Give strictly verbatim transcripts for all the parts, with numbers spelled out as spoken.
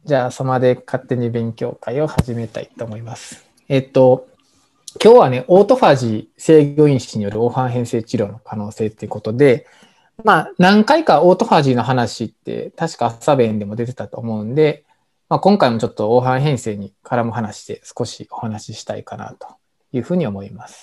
じゃあ、朝まで勝手に勉強会を始めたいと思います。えっと、今日はね、オートファジー制御因子による黄斑変性治療の可能性ということで、まあ、何回かオートファジーの話って、確か朝弁でも出てたと思うんで、まあ、今回もちょっと黄斑変性に絡む話で少しお話ししたいかなというふうに思います。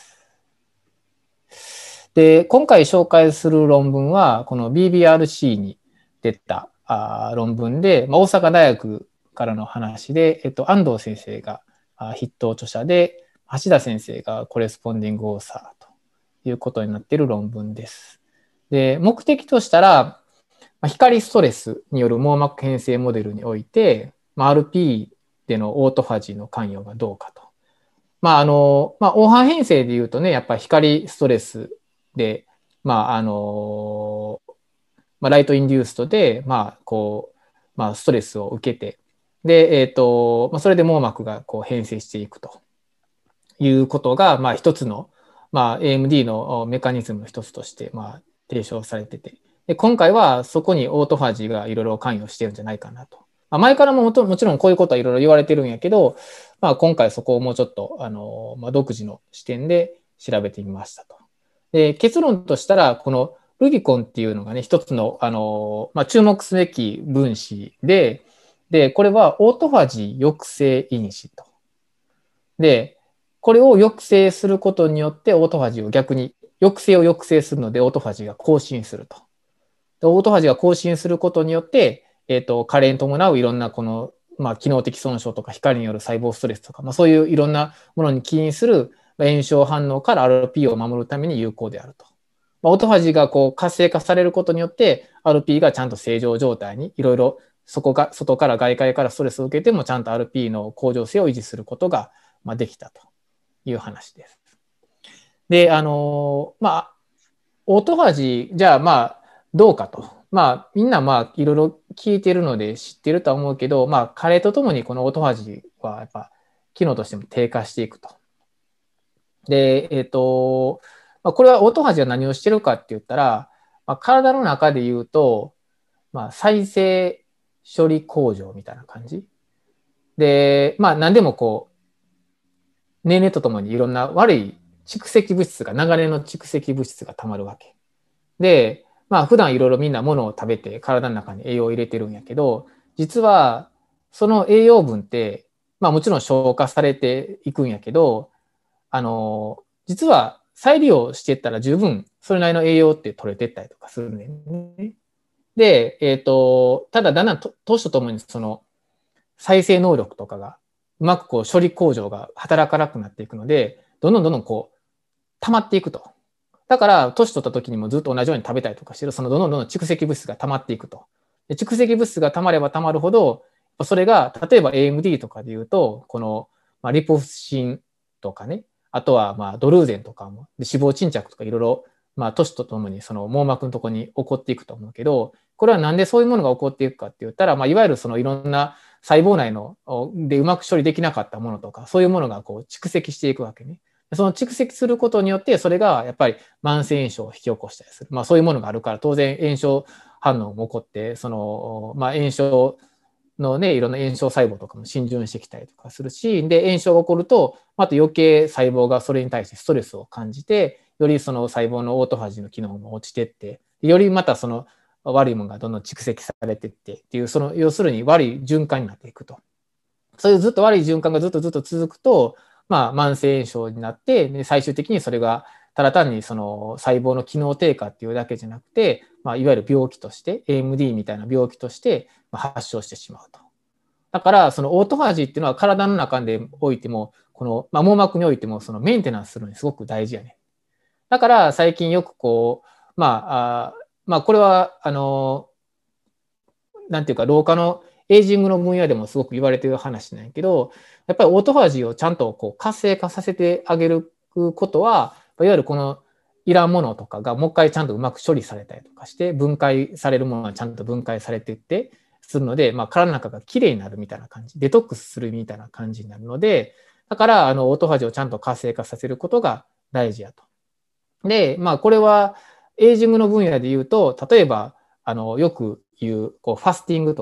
で、今回紹介する論文は、この ビービーアールシー に出たあ論文で、まあ、大阪大学からの話で、えっと、安藤先生が筆頭著者で、橋田先生がコレスポンディングオーサーということになっている論文です。で、目的としたら、光ストレスによる網膜変性モデルにおいて、アールピー でのオートファジーの関与がどうかと。まあ、あの、まあ、黄斑変性で言うとね、やっぱり光ストレスで、まあ、あの、まあ、ライトインデューストで、まあ、こう、まあ、ストレスを受けて、で、えっと、まあ、それで網膜がこう変性していくということが、まあ、一つの、まあ、エーエムディー のメカニズムの一つとして、まあ、提唱されてて、で、今回はそこにオートファジーがいろいろ関与してるんじゃないかなと。まあ、前からもももちろんこういうことはいろいろ言われてるんやけど、まあ、今回そこをもうちょっと、あの、まあ、独自の視点で調べてみましたと。で、結論としたら、このルビコンっていうのがね、一つの、あの、まあ、注目すべき分子で、で、これはオートファジー抑制因子と。で、これを抑制することによってオートファジーを逆に、抑制を抑制するのでオートファジーが更新すると。でオートファジーが更新することによって、えっと、加齢に伴ういろんなこの、まあ、機能的損傷とか光による細胞ストレスとか、まあ、そういういろんなものに起因する炎症反応から アールピー を守るために有効であると。まあ、オートファジーがこう活性化されることによって アールピー がちゃんと正常状態にいろいろそこが外から外界からストレスを受けてもちゃんと アールピー の向上性を維持することができたという話です。で、あのまあオートファジーじゃあまあどうかと。まあみんなまあいろいろ聞いてるので知ってるとは思うけど、まあ加齢とともにこのオートファジーはやっぱ機能としても低下していくと。で、えっと、まあ、これはオートファジーは何をしてるかって言ったら、まあ、体の中で言うと、まあ、再生処理工場みたいな感じ。で、まあ何でもこう、年齢とともにいろんな悪い蓄積物質が、流れの蓄積物質が溜まるわけ。で、まあ普段いろいろみんな物を食べて体の中に栄養を入れてるんやけど、実はその栄養分って、まあもちろん消化されていくんやけど、あの、実は再利用していったら十分それなりの栄養って取れてったりとかするんだよね。で、えっと、ただだんだん年とともにその再生能力とかがうまくこう処理工場が働かなくなっていくので、どんどんどんどんこう溜まっていくと。だから、年取った時にもずっと同じように食べたりとかしてる、そのどんどんどんどん蓄積物質が溜まっていくと。で蓄積物質が溜まれば溜まるほど、それが、例えば エーエムディー とかで言うと、この、まあ、リポフシンとかね、あとは、まあ、ドルーゼンとかも、で脂肪沈着とかいろいろ、まあ、年とともにその網膜のところに起こっていくと思うけど、これはなんでそういうものが起こっていくかって言ったら、まあ、いわゆるそのいろんな細胞内のでうまく処理できなかったものとか、そういうものがこう蓄積していくわけね。その蓄積することによって、それがやっぱり慢性炎症を引き起こしたりする。まあそういうものがあるから、当然炎症反応も起こって、その、まあ炎症のね、いろんな炎症細胞とかも浸潤してきたりとかするし、で、炎症が起こると、また余計細胞がそれに対してストレスを感じて、よりその細胞のオートファジーの機能も落ちてって、よりまたその悪いものがどんどん蓄積されていってっていう、その要するに悪い循環になっていくと。そういうずっと悪い循環がずっとずっと続くと、まあ、慢性炎症になって、で最終的にそれがただ単にその細胞の機能低下っていうだけじゃなくて、まあ、いわゆる病気として エーエムディー みたいな病気として発症してしまうと。だからそのオートファジーっていうのは体の中でおいてもこの、まあ、網膜においてもそのメンテナンスするのにすごく大事やね。だから最近よくこうまああまあこれはあのなんていうか老化のエイジングの分野でもすごく言われてる話なんやけど、やっぱりオートファジーをちゃんとこう活性化させてあげることは、いわゆるこのいらんものとかがもう一回ちゃんとうまく処理されたりとかして、分解されるものはちゃんと分解されていってするので、まあ、体の中がきれいになるみたいな感じ、デトックスするみたいな感じになるので、だからあのオートファジーをちゃんと活性化させることが大事やと。で、まあこれはエイジングの分野で言うと、例えばあのよくいうこうファスティングとかね、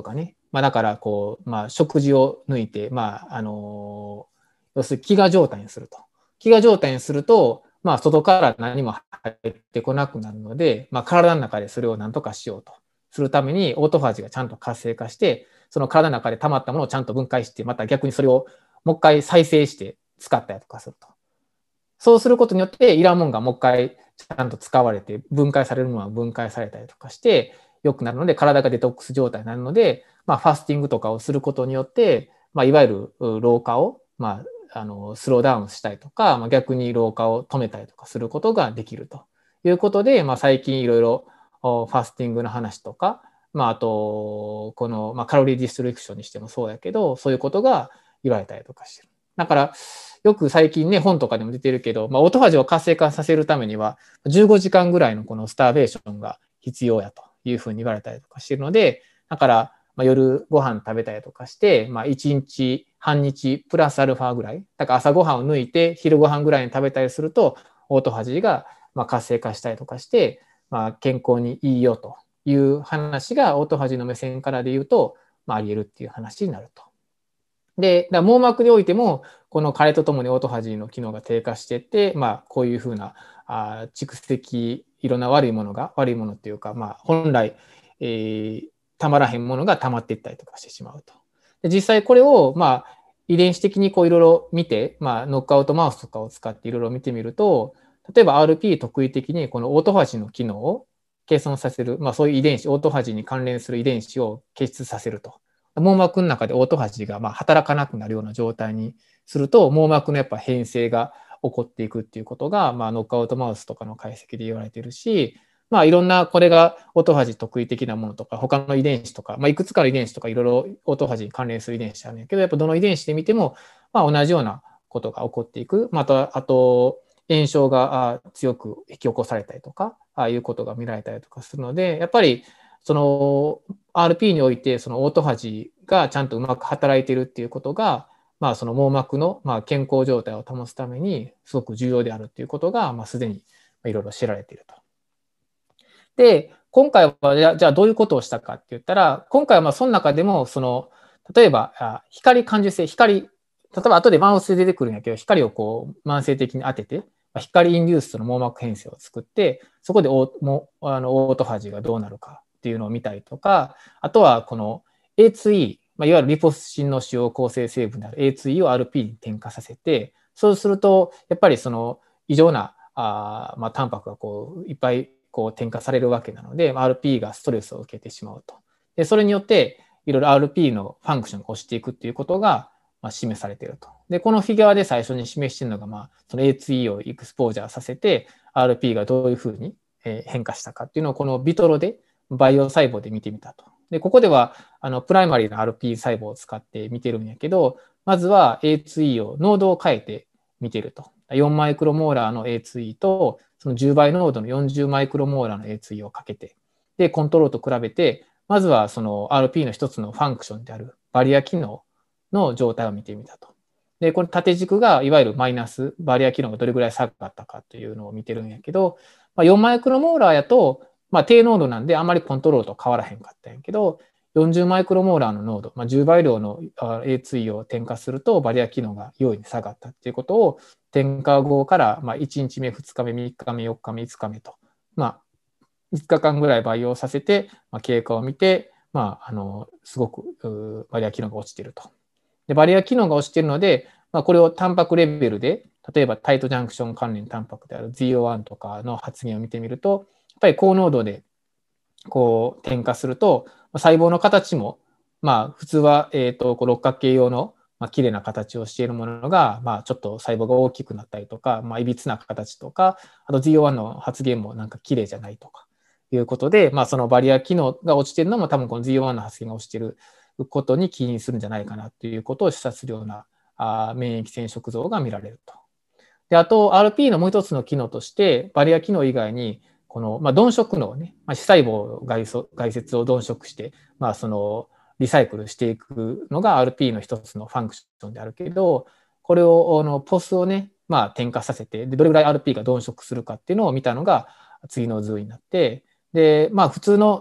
まあ、だからこう、まあ、食事を抜いて、まあ、あの要するに飢餓状態にすると。飢餓状態にすると、まあ、外から何も入ってこなくなるので、まあ、体の中でそれを何とかしようとするために、オートファジーがちゃんと活性化して、その体の中で溜まったものをちゃんと分解して、また逆にそれをもう一回再生して使ったりとかすると。そうすることによって、いらんもんがもう一回ちゃんと使われて、分解されるものは分解されたりとかして、良くなるので、体がデトックス状態になるので、まあ、ファスティングとかをすることによって、まあ、いわゆる老化を、まあ、あのスローダウンしたりとか、まあ、逆に老化を止めたりとかすることができるということで、まあ、最近いろいろファスティングの話とか、まあ、あと、この、まあ、カロリーディストリクションにしてもそうやけど、そういうことが言われたりとかしてる。だから、よく最近ね、本とかでも出てるけど、まあ、オートファジーを活性化させるためには、じゅうごじかんぐらいのこのスターベーションが必要やというふうに言われたりとかしているので、だから、まあ、夜ご飯食べたりとかして、まあ、いちにち、半日、プラスアルファぐらい、だから朝ご飯を抜いて、昼ご飯ぐらいに食べたりすると、オートファジーがまあ活性化したりとかして、まあ、健康にいいよという話が、オートファジーの目線からで言うと、まあ、あり得るっていう話になると。で、だ網膜においても、この加齢とともにオートファジーの機能が低下していって、まあ、こういうふうなあ蓄積、いろんな悪いものが、悪いものっていうか、まあ、本来、えー、たまらへんものがたまっていったりとかしてしまうと。で実際これを、まあ、遺伝子的にこういろいろ見て、まあ、ノックアウトマウスとかを使っていろいろ見てみると、例えば アールピー 特異的にこのオートファジーの機能を計算させる、まあ、そういう遺伝子、オートファジーに関連する遺伝子を検出させると。網膜の中でオートファジーがまあ働かなくなるような状態にすると、網膜のやっぱ変性が起こっていくっていうことが、まあ、ノックアウトマウスとかの解析で言われているし、まあ、いろんなこれがオートファジー特異的なものとか、他の遺伝子とか、まあ、いくつかの遺伝子とかいろいろオートファジーに関連する遺伝子あるんだけど、やっぱどの遺伝子で見ても、まあ、同じようなことが起こっていく。また、あと、炎症が強く引き起こされたりとか、ああいうことが見られたりとかするので、やっぱり、その アールピー においてそのオートファジーがちゃんとうまく働いているっていうことが、まあ、その網膜のまあ健康状態を保つためにすごく重要であるっていうことが、まあ、すでにいろいろ知られていると。で、今回はじゃあ、じゃあどういうことをしたかって言ったら、今回はまあその中でもその例えば光感受性、光、例えば後でマウスで出てくるんやけど、光をこう慢性的に当てて、光インデュースの網膜変性を作って、そこでオーもあのオートファジーがどうなるかっていうのを見たりとか、あとはこの エーツーイー、まあ、いわゆるリポシンの主要構成成分である エーツーイー を アールピー に転化させて、そうすると、やっぱりその異常なあ、まあ、タンパクがこういっぱいこう転化されるわけなので、アールピー がストレスを受けてしまうと。で、それによって、いろいろ アールピー のファンクションが落ちていくっていうことが、まあ、示されていると。で、このフィギュアで最初に示しているのが、まあ、その エーツーイー をエクスポージャーさせて、アールピー がどういうふうに変化したかっていうのを、このビトロで、培養細胞で見てみたと。で、ここでは、あの、プライマリーの アールピー 細胞を使って見てるんやけど、まずは エーツーイー を、濃度を変えて見てると。よんマイクロモーラーの エーツーイー と、そのじゅうばい濃度のよんじゅうマイクロモーラーの エーツーイー をかけて、で、コントロールと比べて、まずはその アールピー の一つのファンクションであるバリア機能の状態を見てみたと。で、これ縦軸がいわゆるマイナス、バリア機能がどれぐらい下がったかというのを見てるんやけど、まあ、よんマイクロモーラーやと、まあ、低濃度なんであまりコントロールと変わらへんかったんやけど、よんじゅうマイクロモーラーの濃度、まあ、じゅうばい量の エーツーイー を添加するとバリア機能が容易に下がったっていうことを添加後からまあいちにちめ、ふつかめ、みっかめ、よっかめ、いつかめと、まあ、いつかかんぐらい培養させて、まあ、経過を見て、まあ、あのすごくバリア機能が落ちていると。でバリア機能が落ちているので、まあ、これをタンパクレベルで、例えばタイトジャンクション関連タンパクである ゼットワン とかの発現を見てみると、やっぱり高濃度でこう添加すると、細胞の形も、まあ、普通は、えーと、こう六角形用の、まあ、綺麗な形をしているものが、まあ、ちょっと細胞が大きくなったりとか、まあ、いびつな形とか、あと ゼットワン の発現もなんか綺麗じゃないとかいうことで、まあ、そのバリア機能が落ちているのも多分この ゼットワン の発現が落ちていることに起因するんじゃないかなということを示唆するようなあ免疫染色像が見られると。で、あと アールピー のもう一つの機能として、バリア機能以外に、この、まあ、鈍色能ね、まあ、視細胞外外接を鈍色して、まあ、その、リサイクルしていくのが アールピー の一つのファンクションであるけど、これを、あの、ポスをね、まあ、添加させて、で、どれぐらい アールピー が鈍色するかっていうのを見たのが次の図になって、で、まあ、普通の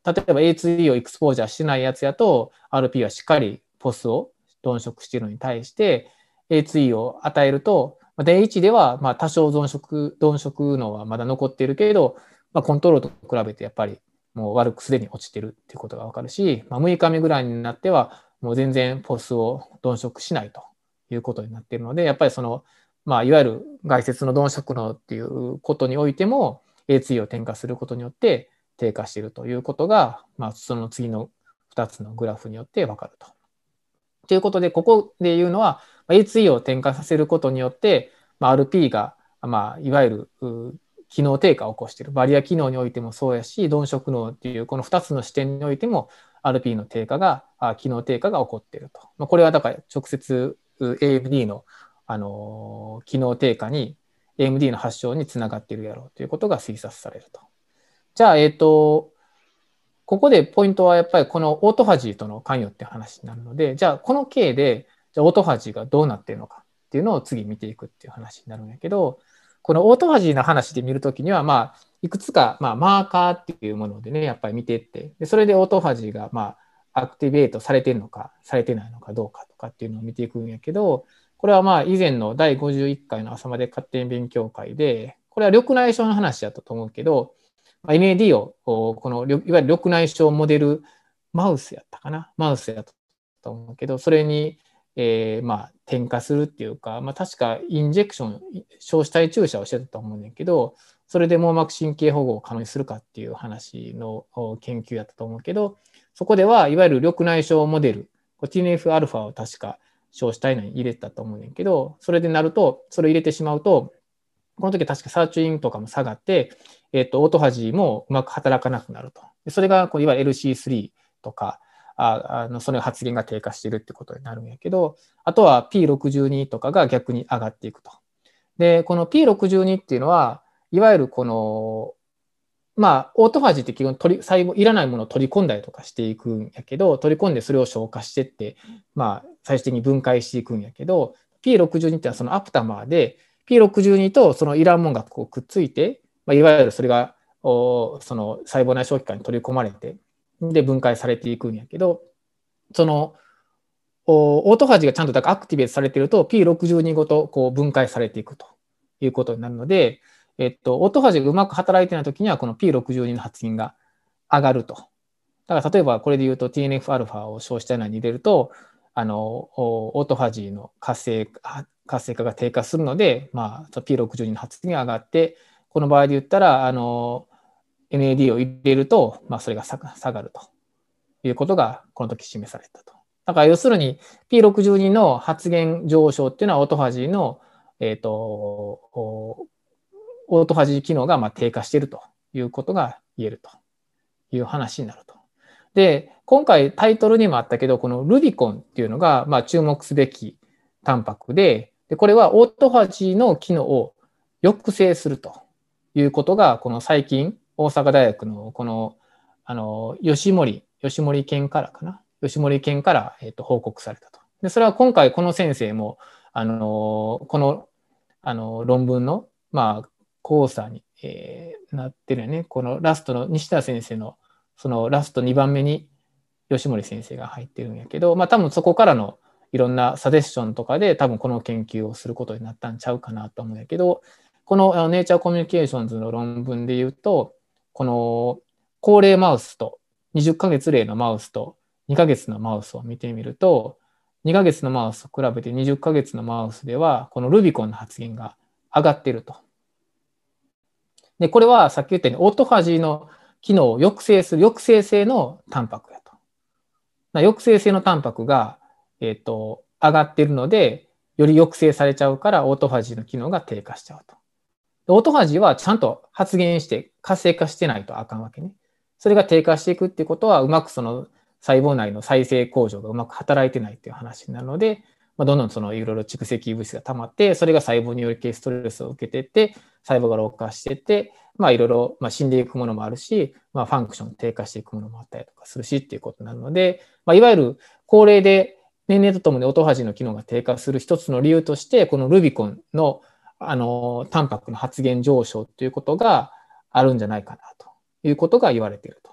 例えば エーツーイー をエクスポージャーしてないやつやと、アールピー はしっかりポスを鈍色しているのに対して、エーツーイー を与えると、電いちではまあ多少鈍色、鈍色のはまだ残っているけれど、まあ、コントロールと比べてやっぱりもう悪くすでに落ちてるっていうことがわかるし、まあ、むいかめぐらいになってはもう全然ポスを鈍色しないということになっているので、やっぱりその、まあ、いわゆる外接の鈍色能っていうことにおいても エーツーイー を添加することによって低下しているということが、まあ、その次のふたつのグラフによってわかると。ということで、ここで言うのは、エーツーイー を添加させることによって、まあ、アールピー が、まあ、いわゆる機能低下を起こしている。バリア機能においてもそうやし、鈍色能っていうこのふたつの視点においても アールピー の低下が、機能低下が起こっていると。まあ、これはだから直接 エーエムディー の、あの機能低下に、エーエムディー の発症につながっているやろうということが推察されると。じゃあ、えっと、ここでポイントはやっぱりこのオートファジーとの関与って話になるので、じゃあこの経で、じゃあオートファジーがどうなっているのかっていうのを次見ていくっていう話になるんやけど、このオートファジーの話で見るときには、まあ、いくつか、まあ、マーカーっていうものでね、やっぱり見ていって、でそれでオートファジーが、まあ、アクティベートされているのか、されてないのかどうかとかっていうのを見ていくんやけど、これはまあ、以前のだいごじゅういっかいの朝まで勝手に勉強会で、これは緑内障の話だったと思うけど、エムエーディー を、この、いわゆる緑内障モデルマウスやったかなマウスやったと思うけど、それに、えー、まあ、添加するっていうか、まあ、確かインジェクション、小子体注射をしてたと思うんだけど、それで網膜神経保護を可能にするかっていう話の研究やったと思うけど、そこでは、いわゆる緑内障モデル、ティーエヌエフ アルファを確か小子体内に入れたと思うんだけど、それでなると、それを入れてしまうと、この時確かサーチュインとかも下がって、えっと、オートファジーもうまく働かなくなると。それが、こういわゆる エルシースリー とか、ああのその発現が低下しているってことになるんやけど、あとは ピーろくじゅうに とかが逆に上がっていくと。で、この ピーろくじゅうに っていうのは、いわゆるこの、まあ、オートファジーって基本取り、最後、いらないものを取り込んだりとかしていくんやけど、取り込んでそれを消化してって、まあ、最終的に分解していくんやけど、ピーろくじゅうに ってのはそのアプタマーで、ピーろくじゅうに とそのいらんもんがこうくっついて、まあ、いわゆるそれがおその細胞内小器官に取り込まれて、で分解されていくんやけど、そのオートファジーがちゃんとだからアクティベートされていると ピーろくじゅうに ごとこう分解されていくということになるので、えっと、オートファジーがうまく働いてないときにはこの ピーろくじゅうに の発現が上がると。だから例えばこれで言うと ティーエヌエフ アルファを小子体内に入れると、あのオートファジーの活性活性化が低下するので、まあ、ピーろくじゅうに の発現が上がって、この場合で言ったら、あの、エヌエーディー を入れると、まあ、それが下がるということが、この時示されたと。だから、要するに、ピーろくじゅうに の発現上昇っていうのは、オートファジーの、えっと、オートファジー機能がまあ低下しているということが言えるという話になると。で、今回タイトルにもあったけど、このルビコンっていうのが、まあ、注目すべきタンパクで、で、これはオートファジーの機能を抑制するということが、この最近、大阪大学のこの、あの、吉森、吉森県からかな。吉森県から、えっと、報告されたと。で、それは今回この先生も、あの、この、あの、論文の、まあ、交差に、えー、なってるよね。このラストの西田先生の、そのラストにばんめに吉森先生が入ってるんやけど、まあ多分そこからのいろんなサジェスションとかで多分この研究をすることになったんちゃうかなと思うんやけど、このネイチャーコミュニケーションズの論文で言うと、この高齢マウスとにじゅっかげつ例のマウスとにかげつのマウスを見てみると、にかげつのマウスと比べてにじゅっかげつのマウスでは、このルビコンの発現が上がっていると。で、これはさっき言ったようにオートファジーの機能を抑制する抑制性のタンパクやと。抑制性のタンパクが、えっと、上がっているので、より抑制されちゃうからオートファジーの機能が低下しちゃうと。オートファジーはちゃんと発現して活性化してないとあかんわけね。それが低下していくっていうことは、うまくその細胞内の再生工場がうまく働いてないっていう話になるので、まあ、どんどんそのいろいろ蓄積物質が溜まって、それが細胞によりストレスを受けていって、細胞が老化していって、まあいろいろまあ死んでいくものもあるし、まあファンクション低下していくものもあったりとかするしっていうことになるので、まあいわゆる高齢で年齢とともにオートファジーの機能が低下する一つの理由として、このルビコンのあのタンパクの発現上昇ということがあるんじゃないかなということが言われていると。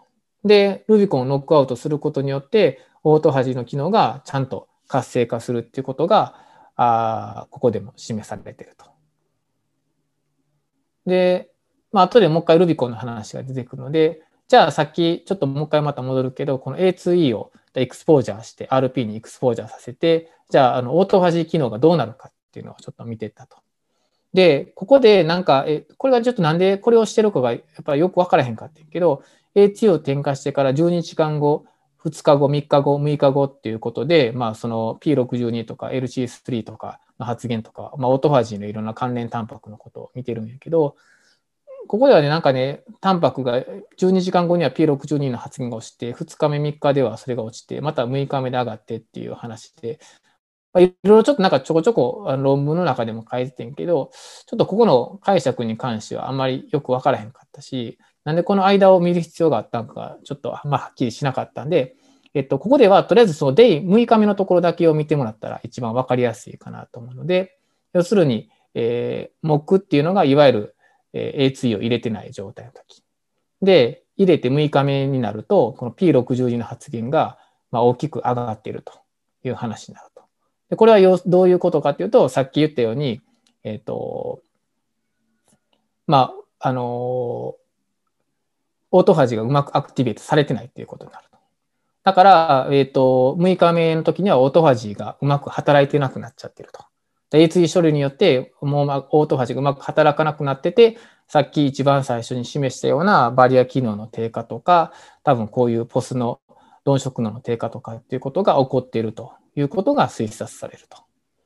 で、ルビコンをノックアウトすることによって、オートファジーの機能がちゃんと活性化するっていうことが、あここでも示されていると。で、まあ後でもう一回ルビコンの話が出てくるので、じゃあさっきちょっともう一回また戻るけど、この エーツーイー をエクスポージャーして、アールピー にエクスポージャーさせて、じゃああのオートファジー機能がどうなるかっていうのをちょっと見ていったと。で、ここでなんか、え、これがちょっとなんでこれをしてるかがやっぱりよくわからへんかってんけど、エーツーイー を転化してからじゅうにじかんご、ふつかご、みっかご、むいかごっていうことで、まあその ピーろくじゅうに とか エルシースリー とかの発現とか、まあオートファジーのいろんな関連タンパクのことを見てるんやけど、ここではね、なんかね、タンパクがじゅうにじかんごには ピーろくじゅうに の発現が落ちて、ふつかめ、みっかではそれが落ちて、またむいかめで上がってっていう話で、まあ、いろいろちょっとなんかちょこちょこ論文の中でも書いててんけど、ちょっとここの解釈に関してはあんまりよくわからへんかったし、なんでこの間を見る必要があったのか、ちょっとまあはっきりしなかったんで、えっと、ここではとりあえずそのデイむいかめのところだけを見てもらったら一番わかりやすいかなと思うので、要するに、えー、モックっていうのがいわゆる エーツーイー を入れてない状態の時。で、入れてむいかめになると、この ピーろくじゅうに の発現がまあ大きく上がっているという話になると。でこれはどういうことかっていうと、さっき言ったように、えっと、まあ、あの、オートファジーがうまくアクティベートされてないっていうことになると。だから、えっと、むいかめの時にはオートファジーがうまく働いてなくなっちゃってると。エーツーイー 処理によって、もうオートファジーがうまく働かなくなってて、さっき一番最初に示したようなバリア機能の低下とか、多分こういうポスの鈍色能の低下とかっていうことが起こっているということが推察されると。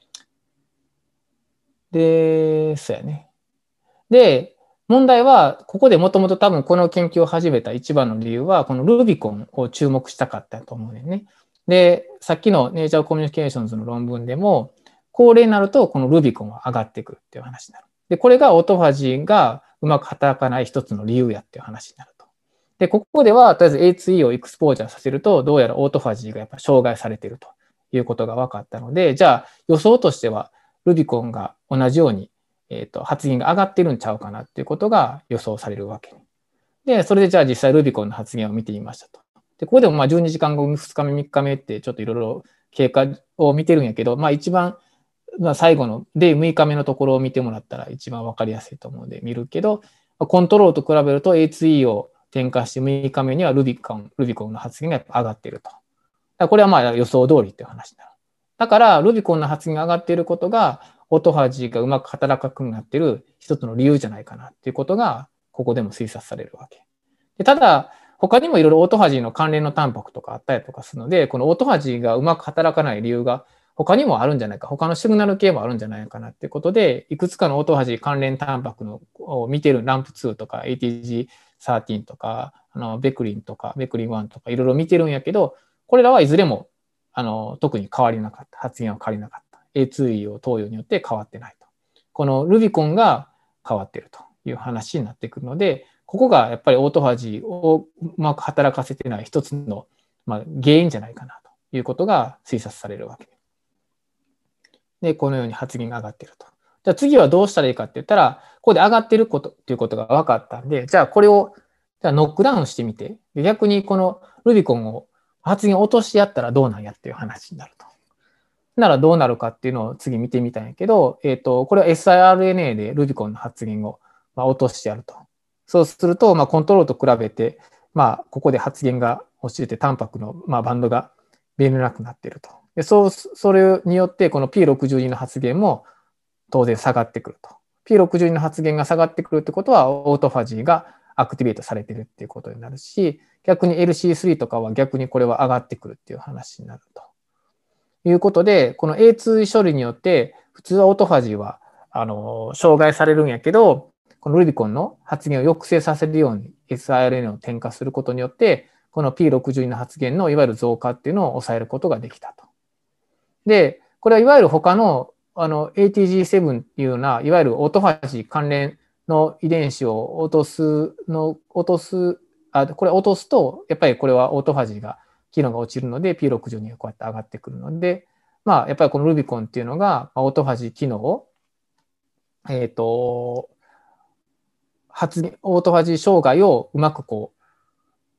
で、そうやね。で、問題は、ここでもともと多分この研究を始めた一番の理由は、このルビコンを注目したかったと思うんだよね。で、さっきのネイチャーコミュニケーションズの論文でも、高齢になるとこのルビコンは上がってくるっていう話になる。で、これがオートファジーがうまく働かない一つの理由やっていう話になると。で、ここでは、とりあえず エーツーイー をエクスポージャーさせると、どうやらオートファジーがやっぱ障害されているということが分かったので、じゃあ予想としては、ルビコンが同じように、えーと、発言が上がってるんちゃうかなっていうことが予想されるわけ。で、それでじゃあ実際ルビコンの発言を見てみましたと。で、ここでもまあじゅうにじかんご、ふつかめ、みっかめってちょっといろいろ経過を見てるんやけど、まあ一番、まあ、最後のでむいかめのところを見てもらったら一番わかりやすいと思うので見るけど、コントロールと比べると エーツーイー を転化してむいかめにはルビコン、ルビコンの発言がやっぱ上がっていると。これはまあ予想通りっていう話になる。だから、ルビコンの発言が上がっていることが、オートファジーがうまく働かなくなっている一つの理由じゃないかなっていうことが、ここでも推察されるわけ。でただ、他にもいろいろオートファジーの関連のタンパクとかあったりとかするので、このオートファジーがうまく働かない理由が他にもあるんじゃないか、他のシグナル系もあるんじゃないかなっていうことで、いくつかのオートファジー関連タンパクのを見てるランプツーとか エーティージーサーティーン とか、あのベクリンとか、ベクリンワンとかいろいろ見てるんやけど、これらはいずれもあの特に変わりなかった。発現は変わりなかった。エーツーイー を投与によって変わってないと。このルビコンが変わっているという話になってくるので、ここがやっぱりオートファジーをうまく働かせてない一つの、まあ、原因じゃないかなということが推察されるわけで、このように発言が上がっていると。じゃあ次はどうしたらいいかって言ったら、ここで上がっていることっていうことが分かったんで、じゃあこれをじゃあノックダウンしてみて、逆にこのルビコンを発言を落としてやったらどうなんやっていう話になると。ならどうなるかっていうのを次見てみたんやけど、えっと、これは エスアイアールエヌエー でルビコンの発言をまあ落としてやると。そうすると、まあコントロールと比べて、まあここで発言が落ちてて、タンパクのまあバンドが見えなくなっていると。でそう、それによってこの ピーろくじゅうに の発言も当然下がってくると。ピーろくじゅうに の発言が下がってくるってことは、オートファジーがアクティベートされてるっていうことになるし、逆に エルシースリー とかは逆にこれは上がってくるっていう話になると。いうことで、この エーツーイー 処理によって、普通はオートファジーは、あの、障害されるんやけど、このルビコンの発言を抑制させるように エスアイアールエヌエー を添加することによって、この ピーろくじゅうに の発言のいわゆる増加っていうのを抑えることができたと。で、これはいわゆる他のあの エーティージーセブン っていうような、いわゆるオートファジー関連の遺伝子を落とすの、落とす、あ、これ落とすと、やっぱりこれはオートファジーが機能が落ちるので ピーろくじゅうに がこうやって上がってくるので、まあ、やっぱりこのルビコンっていうのが、オートファジー機能を、えっと、発現、オートファジー障害をうまくこう、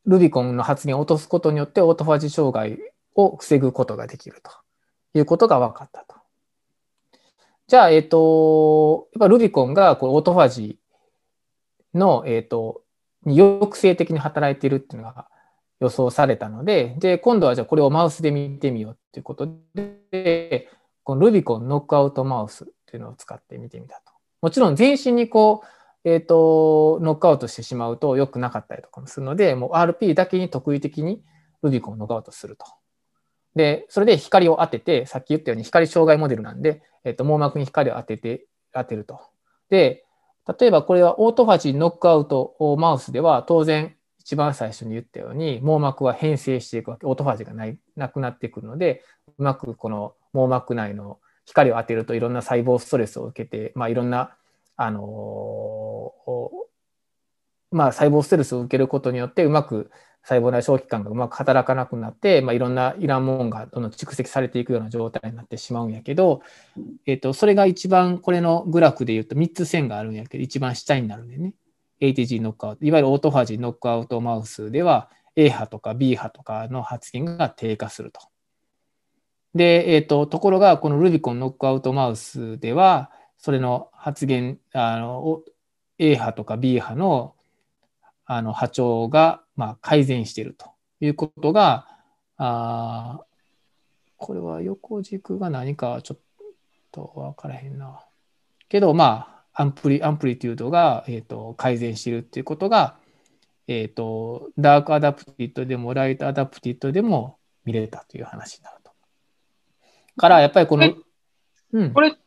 ルビコンの発現を落とすことによってオートファジー障害を防ぐことができるということが分かったと。じゃあ、えっと、やっぱルビコンがこうオートファジーの、えっと、抑制的に働いているっていうのが予想されたので、で、今度はじゃあこれをマウスで見てみようっていうことで、このルビコンノックアウトマウスっていうのを使って見てみたと。もちろん全身にこう、えっと、ノックアウトしてしまうと良くなかったりとかもするので、もう アールピー だけに特異的にルビコンをノックアウトすると。で、それで光を当てて、さっき言ったように光障害モデルなんで、えっと、網膜に光を当てて、当てると。で、例えばこれはオートファジーノックアウトマウスでは、当然一番最初に言ったように、網膜は変性していくわけ、オートファジーがない、なくなってくるので、うまくこの網膜内の光を当てるといろんな細胞ストレスを受けて、まあ、いろんな、あのー、まあ、細胞ストレスを受けることによって、うまく細胞内小器官がうまく働かなくなって、まあ、いろんないらんもんがどんどん蓄積されていくような状態になってしまうんやけど、えっと、それが一番これのグラフで言うとみっつ線があるんやけど、一番下になるんでね。エーティージー ノックアウト。いわゆるオートファジーノックアウトマウスでは A 波とか B 波とかの発現が低下すると。で、えっと、ところがこのルビコンノックアウトマウスでは、それの発現、あの A 波とか B 波のあの波長がまあ改善しているということが、あこれは横軸が何かちょっと分からへんな。けど、まあ、アンプリ、アンプリテュードが、えーと、改善しているっていうことが、えっと、ダークアダプティッドでもライトアダプティッドでも見れたという話になると。から、やっぱりこの、 うん、これって、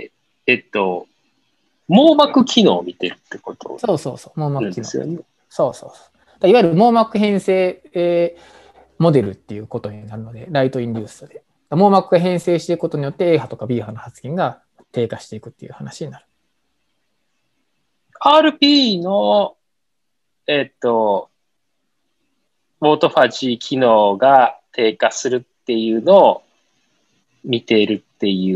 えっと、網膜機能を見てるってことそうそうそう、網膜機能。 ですよね。 そうそうそう。いわゆる網膜変性、えー、モデルっていうことになるので、ライトインデュースで。網膜が変性していくことによって A 波とか B 波の発現が低下していくっていう話になる。 アールピー の、えっと、オートファジー機能が低下するっていうのを見ているっていう、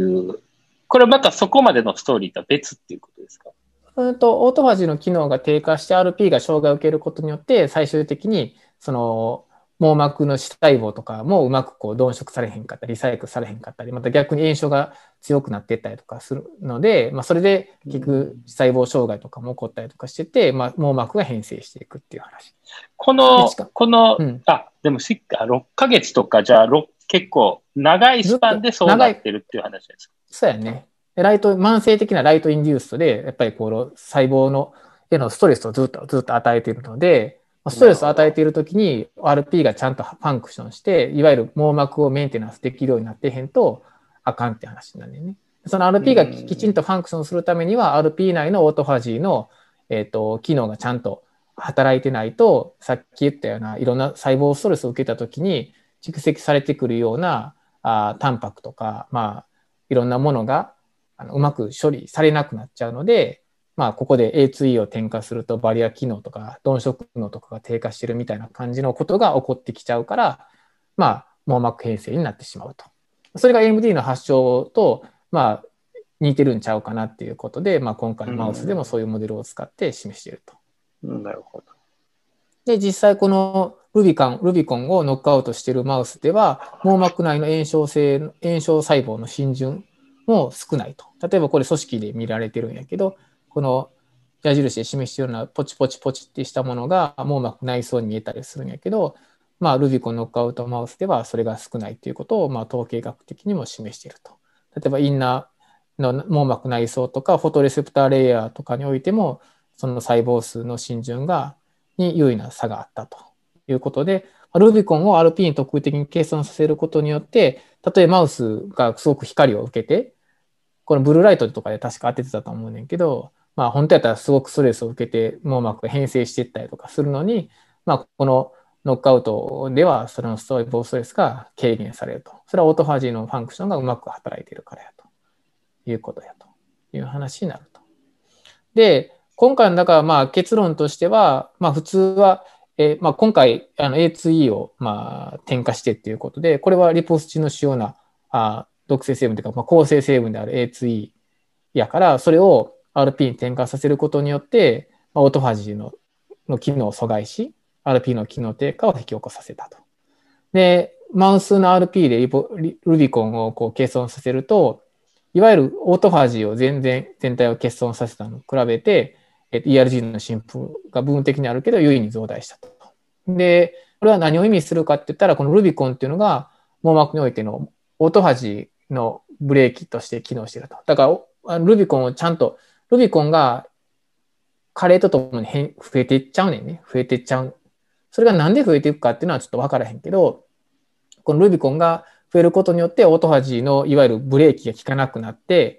これまたそこまでのストーリーとは別っていうことですか？ うんと、オートファジーの機能が低下して アールピー が障害を受けることによって、最終的にその網膜の視細胞とかもうまくこう鈍色されへんかったり、リサイクルされへんかったり、また逆に炎症が強くなっていったりとかするので、まあ、それで結局細胞障害とかも起こったりとかしてて、まあ、網膜が変性していくっていう話。 この、この、うん、あ、でもろっかげつとか、じゃあ結構長いスパンでそうなってるっていう話ですか？ そうやね。ライト、慢性的なライトインデューストで、やっぱりこの細胞のへのストレスをずっとずっと与えているので、ストレスを与えているときに アールピー がちゃんとファンクションして、いわゆる網膜をメンテナンスできるようになってへんとあかんって話になるんだよね。その アールピー がきちんとファンクションするためには、アールピー 内のオートファジーの、えーと、機能がちゃんと働いてないと、さっき言ったようないろんな細胞ストレスを受けたときに蓄積されてくるようなあタンパクとか、まあ、いろんなものがあのうまく処理されなくなっちゃうので、まあ、ここで エーツーイー を添加するとバリア機能とか鈍色機能とかが低下してるみたいな感じのことが起こってきちゃうから、まあ、網膜変性になってしまうと。それが エーエムディー の発症と、まあ、似てるんちゃうかなっていうことで、まあ、今回のマウスでもそういうモデルを使って示していると。 うん、なるほど。 で、実際このルビカン、ルビコンをノックアウトしているマウスでは、網膜内の炎症性、炎症細胞の浸潤も少ないと。例えばこれ組織で見られてるんやけど、この矢印で示しているようなポチポチポチってしたものが網膜内層に見えたりするんやけど、まあ、ルビコンノックアウトマウスではそれが少ないということを、まあ、統計学的にも示していると。例えばインナーの網膜内層とかフォトレセプターレイヤーとかにおいても、その細胞数の浸潤がに優位な差があったということで、ルビコンを アールピー に特異的に計算させることによって、例えばマウスがすごく光を受けて、このブルーライトとかで確か当ててたと思うねんけど、まあ本当やったらすごくストレスを受けて網膜が変性していったりとかするのに、まあこのノックアウトではその細胞ストレスが軽減されると。それはオートファジーのファンクションがうまく働いているからやということやという話になると。で、今回のだからまあ結論としては、まあ普通は、えー、まあ今回あの エーツーイー をまあ添加してっていうことで、これはリポスチの主要なあ毒性成分というか、まあ、抗生成分である エーツーイー やから、それを アールピー に添加させることによって、まあ、オートファジーのの機能を阻害し、 アールピー の機能低下を引き起こさせたと。で、マウスの アールピー でリボルビコンをこう欠損させると、いわゆるオートファジーを全然全体を欠損させたのに比べて、イーアールジー の進歩が部分的にあるけど優位に増大したと。で、これは何を意味するかって言ったら、このルビコンっていうのが網膜においてのオートファジーのブレーキとして機能していると。だから、ルビコンをちゃんと、ルビコンが加齢とともに増えていっちゃうねんね。増えていっちゃう。それがなんで増えていくかっていうのはちょっとわからへんけど、このルビコンが増えることによってオートファジーのいわゆるブレーキが効かなくなって、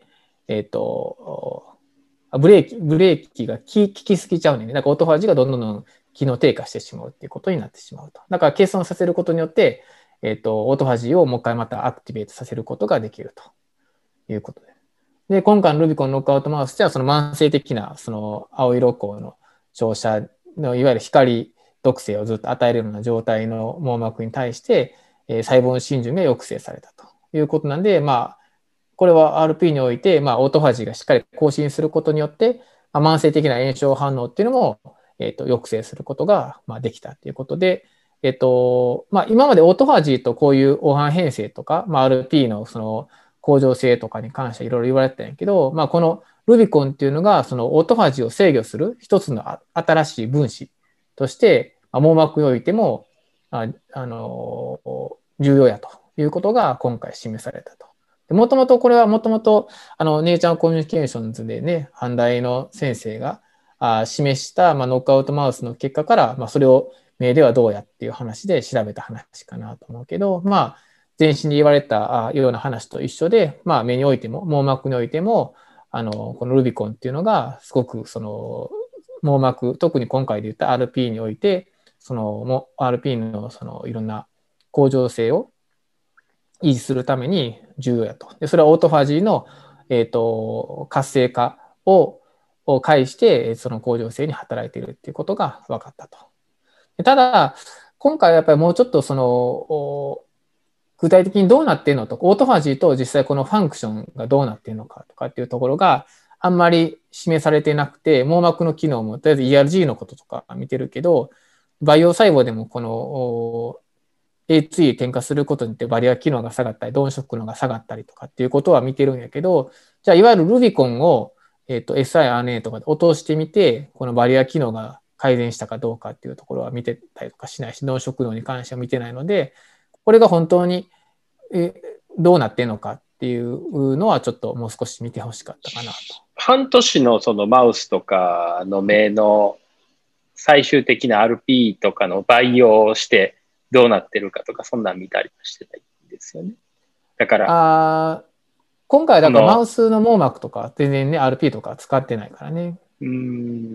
えっと、ブレーキ、ブレーキが効きすぎちゃうねんね。だからオートファジーがどんどんどん機能低下してしまうっていうことになってしまうと。だから欠損させることによって、えっと、オートファジーをもう一回またアクティベートさせることができるということで。で、今回のルビコンノックアウトマウスでは、その慢性的な、その青色光の照射の、いわゆる光毒性をずっと与えるような状態の網膜に対して、えー、細胞の浸潤が抑制されたということなんで、まあ、これは アールピー において、まあ、オートファジーがしっかり更新することによって、まあ、慢性的な炎症反応っていうのも、えっと、抑制することが、まあ、できたということで、えっと、まあ、今までオートファジーとこういう黄斑変性とか、まあ、アールピー のその向上性とかに関していろいろ言われてたんやけど、まあ、このルビコンっていうのが、そのオートファジーを制御する一つの新しい分子として、網膜においても、あ、あの、重要やということが今回示されたと。もともとこれはもともと、あの、ネイチャーコミュニケーションズでね、阪大の先生があ示した、まあ、ノックアウトマウスの結果から、まあ、それを目ではどうやっていう話で調べた話かなと思うけど、まあ、全身に言われたような話と一緒で、まあ、目においても、網膜においても、あの、このルビコンっていうのが、すごく、その、網膜、特に今回で言った アールピー において、その、アールピー の、その、いろんな向上性を維持するために重要やと。で、それはオートファジーの、えっと、活性化を、を介して、その向上性に働いているっていうことが分かったと。ただ、今回はやっぱりもうちょっとその、具体的にどうなっているのと、オートファジーと実際このファンクションがどうなっているのかとかっていうところがあんまり示されてなくて、網膜の機能も、とりあえず イーアールジー のこととか見てるけど、培養細胞でもこの エーツーイー 添加することによってバリア機能が下がったり、鈍色機能が下がったりとかっていうことは見てるんやけど、じゃあいわゆるルビコンを、えっと、エスアイアールエヌエー とかで落としてみて、このバリア機能が改善したかどうかっていうところは見てたりとかしないし、鈍色機能に関しては見てないので、これが本当にえどうなってんのかっていうのはちょっともう少し見てほしかったかなと。 半年のそのマウスとかの目の最終的な アールピー とかの培養をしてどうなってるかとか、そんなん見たりはしてないんですよね。だから。 あ今回だからマウスの網膜とか全然ね、アールピー とか使ってないからね。 うーん。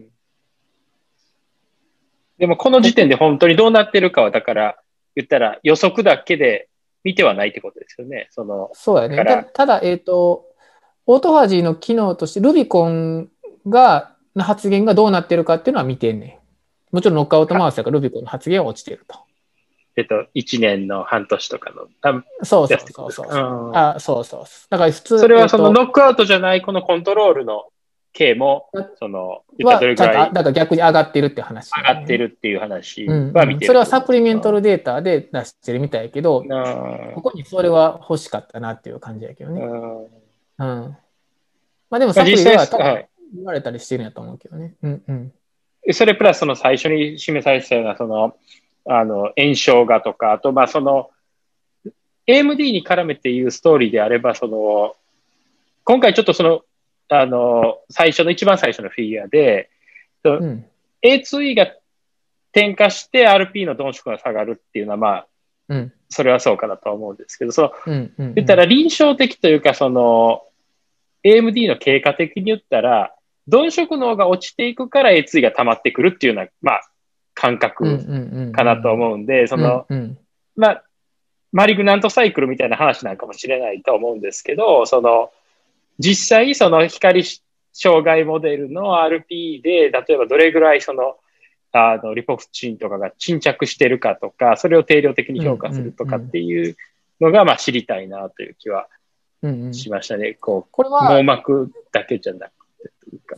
でもこの時点で本当にどうなってるかは、だから言ったら予測だけで見てはないってことですよね。そのそうやね。たただ、えっと、オートファジーの機能として、ルビコンが、の発言がどうなってるかっていうのは見てんねん。もちろんノックアウトマウスだからルビコンの発言は落ちてると。 えっと、いちねんの半年とかの。 そうそうそうそう。あ、そうそう。だから普通。 それはそのノックアウトじゃないこのコントロールの系も、その、 言ったらどれぐらい。だから逆に上がってるって話、 ね。上がってるっていう話は見てる、うんうん。 それはサプリメンタルデータで出してるみたいやけど、ここにそれは欲しかったなっていう感じやけどね。うん。まあでもサプリでは多分言われたりしてるんやと思うけどね。うんうん。 それプラスその最初に示されてたような、その、あの、炎症がとか、あと、まあその、エーエムディー に絡めて言うストーリーであれば、その、今回ちょっとその、あの、最初の、一番最初のフィギュアで、うん、エーツーイー が添加して アールピー の鈍色が下がるっていうのは、まあ、うん、それはそうかなとは思うんですけど、その、うんうんうん、言ったら臨床的というか、その、エーエムディー の経過的に言ったら、鈍色能が落ちていくから エーツーイー が溜まってくるっていうような、まあ、感覚かなと思うんで、その、うんうん、まあ、マリグナントサイクルみたいな話なんかもしれないと思うんですけど、その、実際その光障害モデルの アールピー で、例えばどれぐらいその、あの、リポフチンとかが沈着してるかとか、それを定量的に評価するとかっていうのが、まあ知りたいなという気はしましたね。こう、これは網膜だけじゃなくてというか。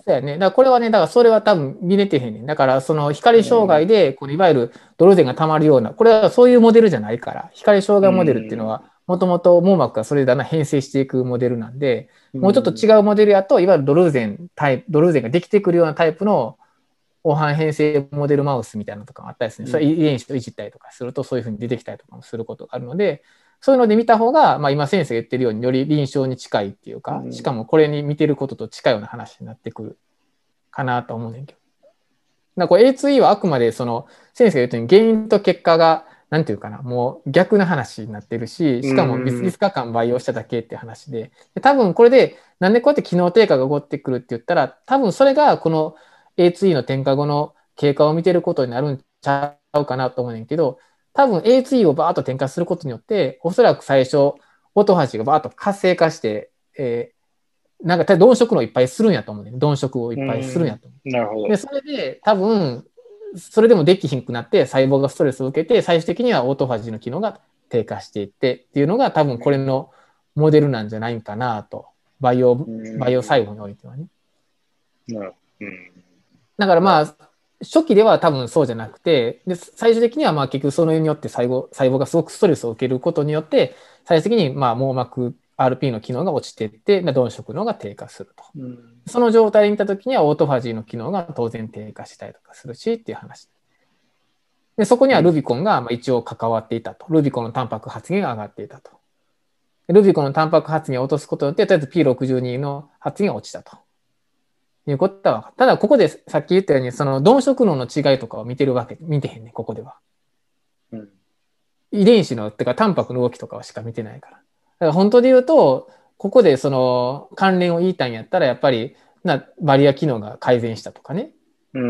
そうやね。だからこれはね、だからそれは多分見れてへんねん。だからその光障害で、このいわゆるドルゼンが溜まるような、これはそういうモデルじゃないから、光障害モデルっていうのは、もともと網膜がそれでだんだん変性していくモデルなんで、もうちょっと違うモデルやと、いわゆるドルゼンタイプ、ドルゼンができてくるようなタイプの黄斑変性モデルマウスみたいなのとかもあったりですね。それ遺伝子をいじったりとかすると、そういうふうに出てきたりとかもすることがあるので、そういうので見た方が、まあ、今先生が言ってるようにより臨床に近いっていうか、しかもこれに見てることと近いような話になってくるかなと思うねんけど。だからこれ エーツーイー はあくまでその先生が言ったように原因と結果がなんていうかな、もう逆な話になってるし、しかもいつかかん培養しただけっていう話で、で多分これでなんでこうやって機能低下が起こってくるって言ったら、多分それがこの エーツーイー の添加後の経過を見てることになるんちゃうかなと思うねんけど、多分 エーツーイー をバーッと添加することによって、おそらく最初、オートファジーがバーッと活性化して、えー、なんか鈍色のいっぱいするんやと思うね。鈍色をいっぱいするんやと思う。 なるほど。 で、それで多分、それでもできひんくなって、細胞がストレスを受けて、最終的にはオートファジーの機能が低下していってっていうのが多分これのモデルなんじゃないかなと。バイオ、バイオ細胞においてはね。 なるほど。うん、 だからまあ、初期では多分そうじゃなくて、で最終的にはまあ結局そのによって細胞、細胞がすごくストレスを受けることによって、最終的にまあ網膜 アールピー の機能が落ちていって、鈍色のが低下すると。うん、その状態で見たときにはオートファジーの機能が当然低下したりとかするしっていう話。でそこにはルビコンがまあ一応関わっていたと。ルビコンのタンパク発現が上がっていたと。ルビコンのタンパク発現を落とすことによって、とりあえず ピーろくじゅうに の発現が落ちたと。いうことは、ただここでさっき言ったように、その鈍色能の違いとかを見てるわけ、見てへんね、ここでは。うん、遺伝子の、ってか、タンパクの動きとかはしか見てないから。だから本当で言うと、ここでその関連を言いたいんやったら、やっぱりなバリア機能が改善したとかね。うん。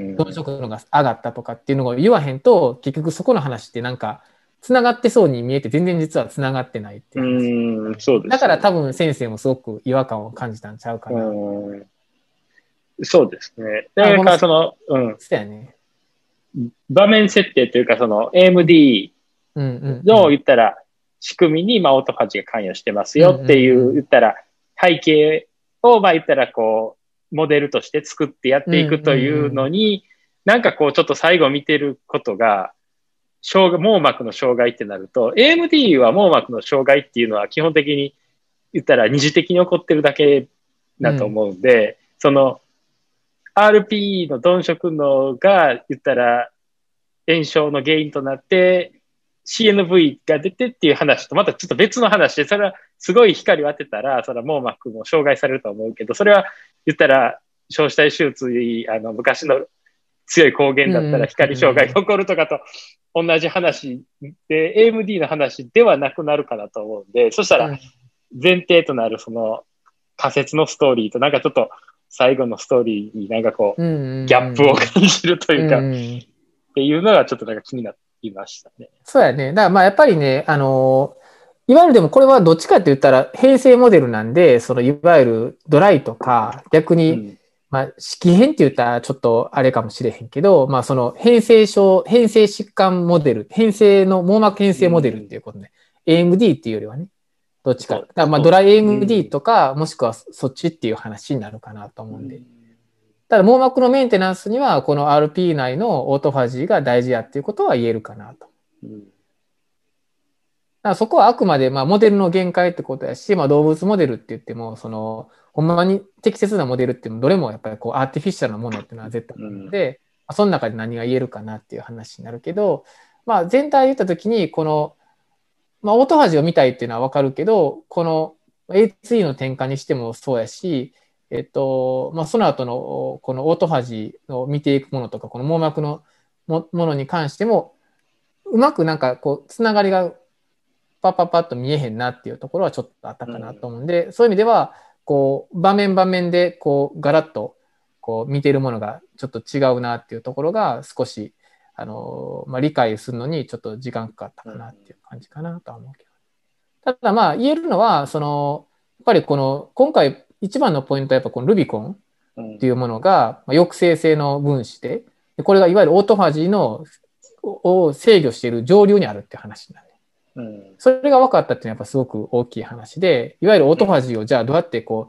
鈍色能が上がったとかっていうのを言わへんと、結局そこの話ってなんか、繋がってそうに見えて、全然実は繋がってないっていう話。うん、そうですね。だから多分先生もすごく違和感を感じたんちゃうかな。うんそうですね。だからその、うん。 そうやね。 場面設定というか、その エーエムディー の言ったら仕組みに、まあ、オートファジーが関与してますよっていう言ったら、背景を、まあ言ったらこう、モデルとして作ってやっていくというのに、なんかこう、ちょっと最後見てることが、障害、網膜の障害ってなると、エーエムディー は網膜の障害っていうのは基本的に言ったら二次的に起こってるだけだと思うんで、うん、その、アールピー の鈍色能が言ったら炎症の原因となって シーエヌブイ が出てっていう話とまたちょっと別の話で、それはすごい光を当てたらそれは網膜も障害されると思うけど、それは言ったら小子体手術、あの昔の強い抗原だったら光障害が起こるとかと同じ話で エーエムディー の話ではなくなるかなと思うんで、そしたら前提となるその仮説のストーリーとなんかちょっと最後のストーリーになんかこう、ギャップを感じるというか、っていうのがちょっとなんか気になりましたね。 そうやね。だからまあやっぱりね、あのー、いわゆるでもこれはどっちかって言ったら変性モデルなんで、そのいわゆるドライとか、逆に、うん、まあ色変って言ったらちょっとあれかもしれへんけど、まあその変性症、変性疾患モデル、変性の網膜変性モデルっていうことね。うん、エーエムディー っていうよりはね。どっちか。だからまあドライ エーエムディー とか、もしくはそっちっていう話になるかなと思うんで。ただ網膜のメンテナンスにはこの アールピー 内のオートファジーが大事やっていうことは言えるかなと。だからそこはあくまでまあモデルの限界ってことやし、まあ、動物モデルって言っても、そのほんまに適切なモデルっていうのどれもやっぱりこうアーティフィシャルなものっていうのは絶対あるので、まあ、その中で何が言えるかなっていう話になるけど、まあ全体言ったときにこのまあ、オートファジーを見たいっていうのはわかるけど、この エーツーイー の転換にしてもそうやし、えっと、まあ、その後のこのオートファジーを見ていくものとか、この網膜のものに関しても、うまくなんかこう、つながりがパッパッパッと見えへんなっていうところはちょっとあったかなと思うんで、うん、そういう意味では、こう、場面場面でこう、ガラッとこう見ているものがちょっと違うなっていうところが少し、あの、まあ、理解するのにちょっと時間かかったかなっていう感じかなとは思うけど。ただまあ言えるのは、その、やっぱりこの、今回一番のポイントはやっぱこのルビコンっていうものが、まあ、抑制性の分子で、これがいわゆるオートファジーのを制御している上流にあるって話なんで。それが分かったっていうのはやっぱすごく大きい話で、いわゆるオートファジーをじゃあどうやってこう、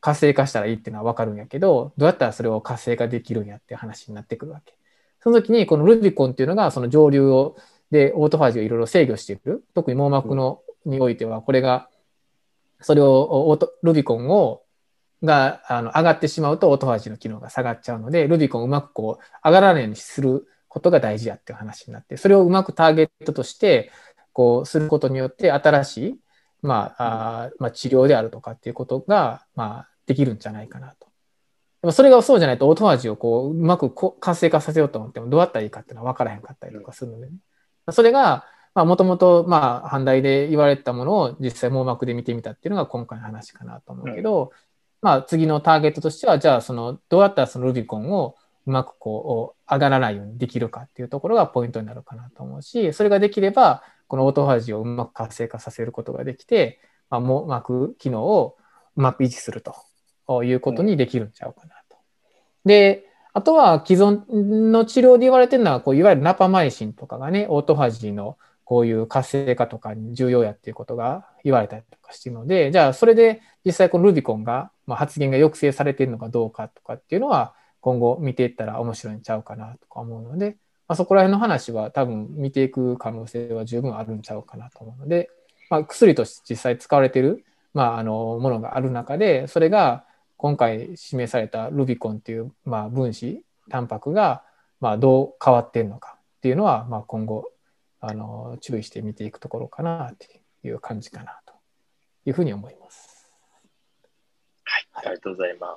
活性化したらいいっていうのは分かるんやけど、どうやったらそれを活性化できるんやっていう話になってくるわけ。その時にこのルビコンっていうのがその上流をでオートファジーをいろいろ制御している。特に網膜のにおいてはこれがそれをオートルビコンをがあの上がってしまうとオートファジーの機能が下がっちゃうので、ルビコンをうまくこう上がらないようにすることが大事やっていう話になって、それをうまくターゲットとしてこうすることによって新しい、まああまあ、治療であるとかっていうことが、まあ、できるんじゃないかなと。でもそれがそうじゃないとオートファジーをこううまくこ活性化させようと思ってもどうやったらいいかっていうのは分からへんかったりとかするので、ね、それがもともと阪大で言われたものを実際網膜で見てみたっていうのが今回の話かなと思うけど、うん、まあ次のターゲットとしてはじゃあそのどうやったらそのルビコンをうまくこう上がらないようにできるかっていうところがポイントになるかなと思うし、それができればこのオートファジーをうまく活性化させることができて、まあ、網膜機能をうまく維持するということにできるんちゃうかなと。で、あとは既存の治療で言われてるのはこういわゆるナパマイシンとかがね、オートファジーのこういう活性化とかに重要やっていうことが言われたりとかしているので、じゃあそれで実際このルビコンが、まあ、発現が抑制されているのかどうかとかっていうのは今後見ていったら面白いんちゃうかなとか思うので、まあ、そこら辺の話は多分見ていく可能性は十分あるんちゃうかなと思うので、まあ、薬として実際使われている、まあ、あのものがある中で、それが今回示されたルビコンっていう、まあ、分子、タンパクがまあどう変わっているのかっていうのは、まあ、今後あの注意して見ていくところかなという感じかなというふうに思います。 はい、ありがとうございます。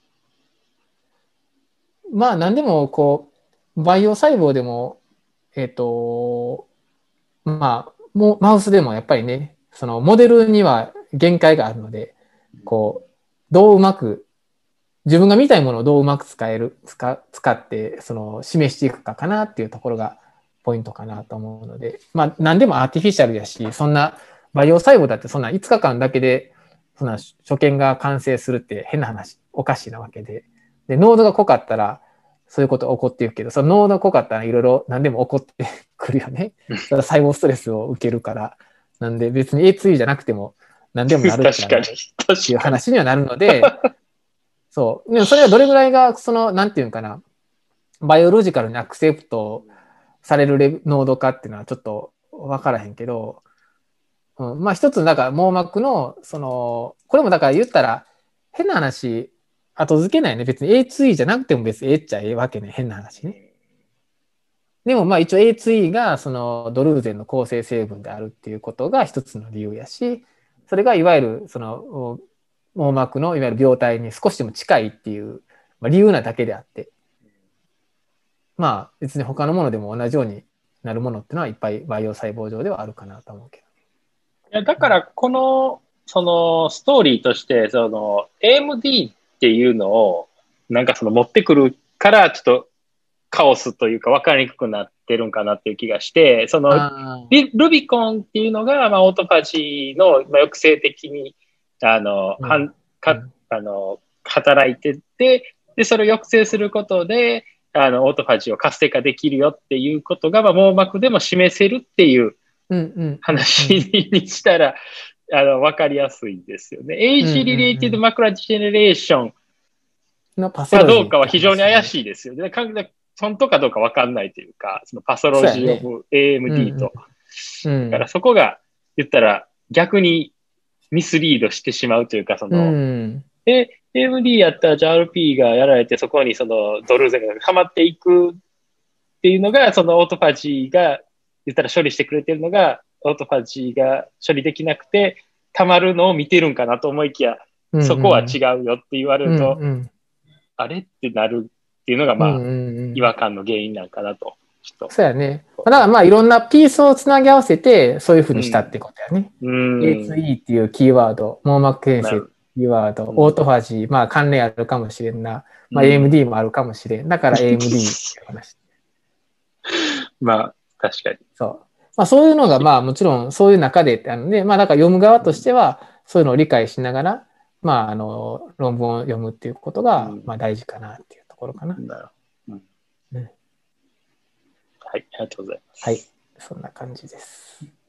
まあ何でもこう培養細胞でもえっとまあもうマウスでもやっぱりね、そのモデルには限界があるので、こうどううまく自分が見たいものをどううまく使える使使ってその示していくかかなっていうところがポイントかなと思うので、まあ何でもアーティフィシャルやし、そんな培養細胞だってそんないつかかんだけでそんな所見が完成するって変な話、おかしいなわけで、で濃度が濃かったらそういうこと起こっていくけど、その濃度が濃かったらいろいろ何でも起こってくるよね。それは細胞ストレスを受けるから、なんで別に エーツーイー じゃなくても何でもなるっていう話にはなるので。そう。でもそれがどれぐらいが、その、なんていうのかな、バイオロジカルにアクセプトされるレ濃度かっていうのはちょっとわからへんけど、うん、まあ一つ、だから網膜の、その、これもだから言ったら、変な話、後付けないね。別に エーツーイー じゃなくても別にええっちゃええわけね。変な話ね。でもまあ一応 エーツーイー がそのドルーゼンの構成成分であるっていうことが一つの理由やし、それがいわゆるその、網膜のいわゆる病態に少しでも近いっていう理由なだけであって、まあ別に他のものでも同じようになるものっていうのはいっぱい培養細胞上ではあるかなと思うけど。 いやだからこの、そのストーリーとしてその エーエムディー っていうのをなんかその持ってくるからちょっとカオスというか分かりにくくなってるんかなっていう気がして、そのルビコンっていうのがまあオートファジーの抑制的にあの、うん、かあの働いてて、で、それを抑制することで、あの、オートファジーを活性化できるよっていうことが、まあ、網膜でも示せるっていう話にしたら、あの、わかりやすいですよね。エイジリレーティドマクラディジェネレーションかどうかは非常に怪しいですよね。本当かどうかわかんないというか、そのパソロジーオブ エーエムディー と。だからそこが言ったら逆にミスリードしてしまうというか、その、うん、で、エーエムディー やったら、じゃあ アールピー がやられて、そこにそのドルーゼンがはまっていくっていうのが、そのオートファジーが、言ったら処理してくれてるのが、オートファジーが処理できなくて、たまるのを見てるんかなと思いきや、うんうん、そこは違うよって言われると、うんうん、あれってなるっていうのが、まあ、うんうんうん、違和感の原因なんかなと。 そうやね。だからまあいろんなピースをつなぎ合わせてそういうふうにしたってことやね。うん、エーツーイー っていうキーワード、網膜形成っていうキーワード、うん、オートファジー、まあ関連あるかもしれんな。まあ エーエムディー もあるかもしれん。だから エーエムディー って話。 まあ確かに。 そう。まあそういうのがまあもちろんそういう中でってあるので、まあだから読む側としてはそういうのを理解しながら、まああの論文を読むっていうことがまあ大事かなっていうところかな。うん、なるほど。 はい、ありがとうございます。 はい、そんな感じです。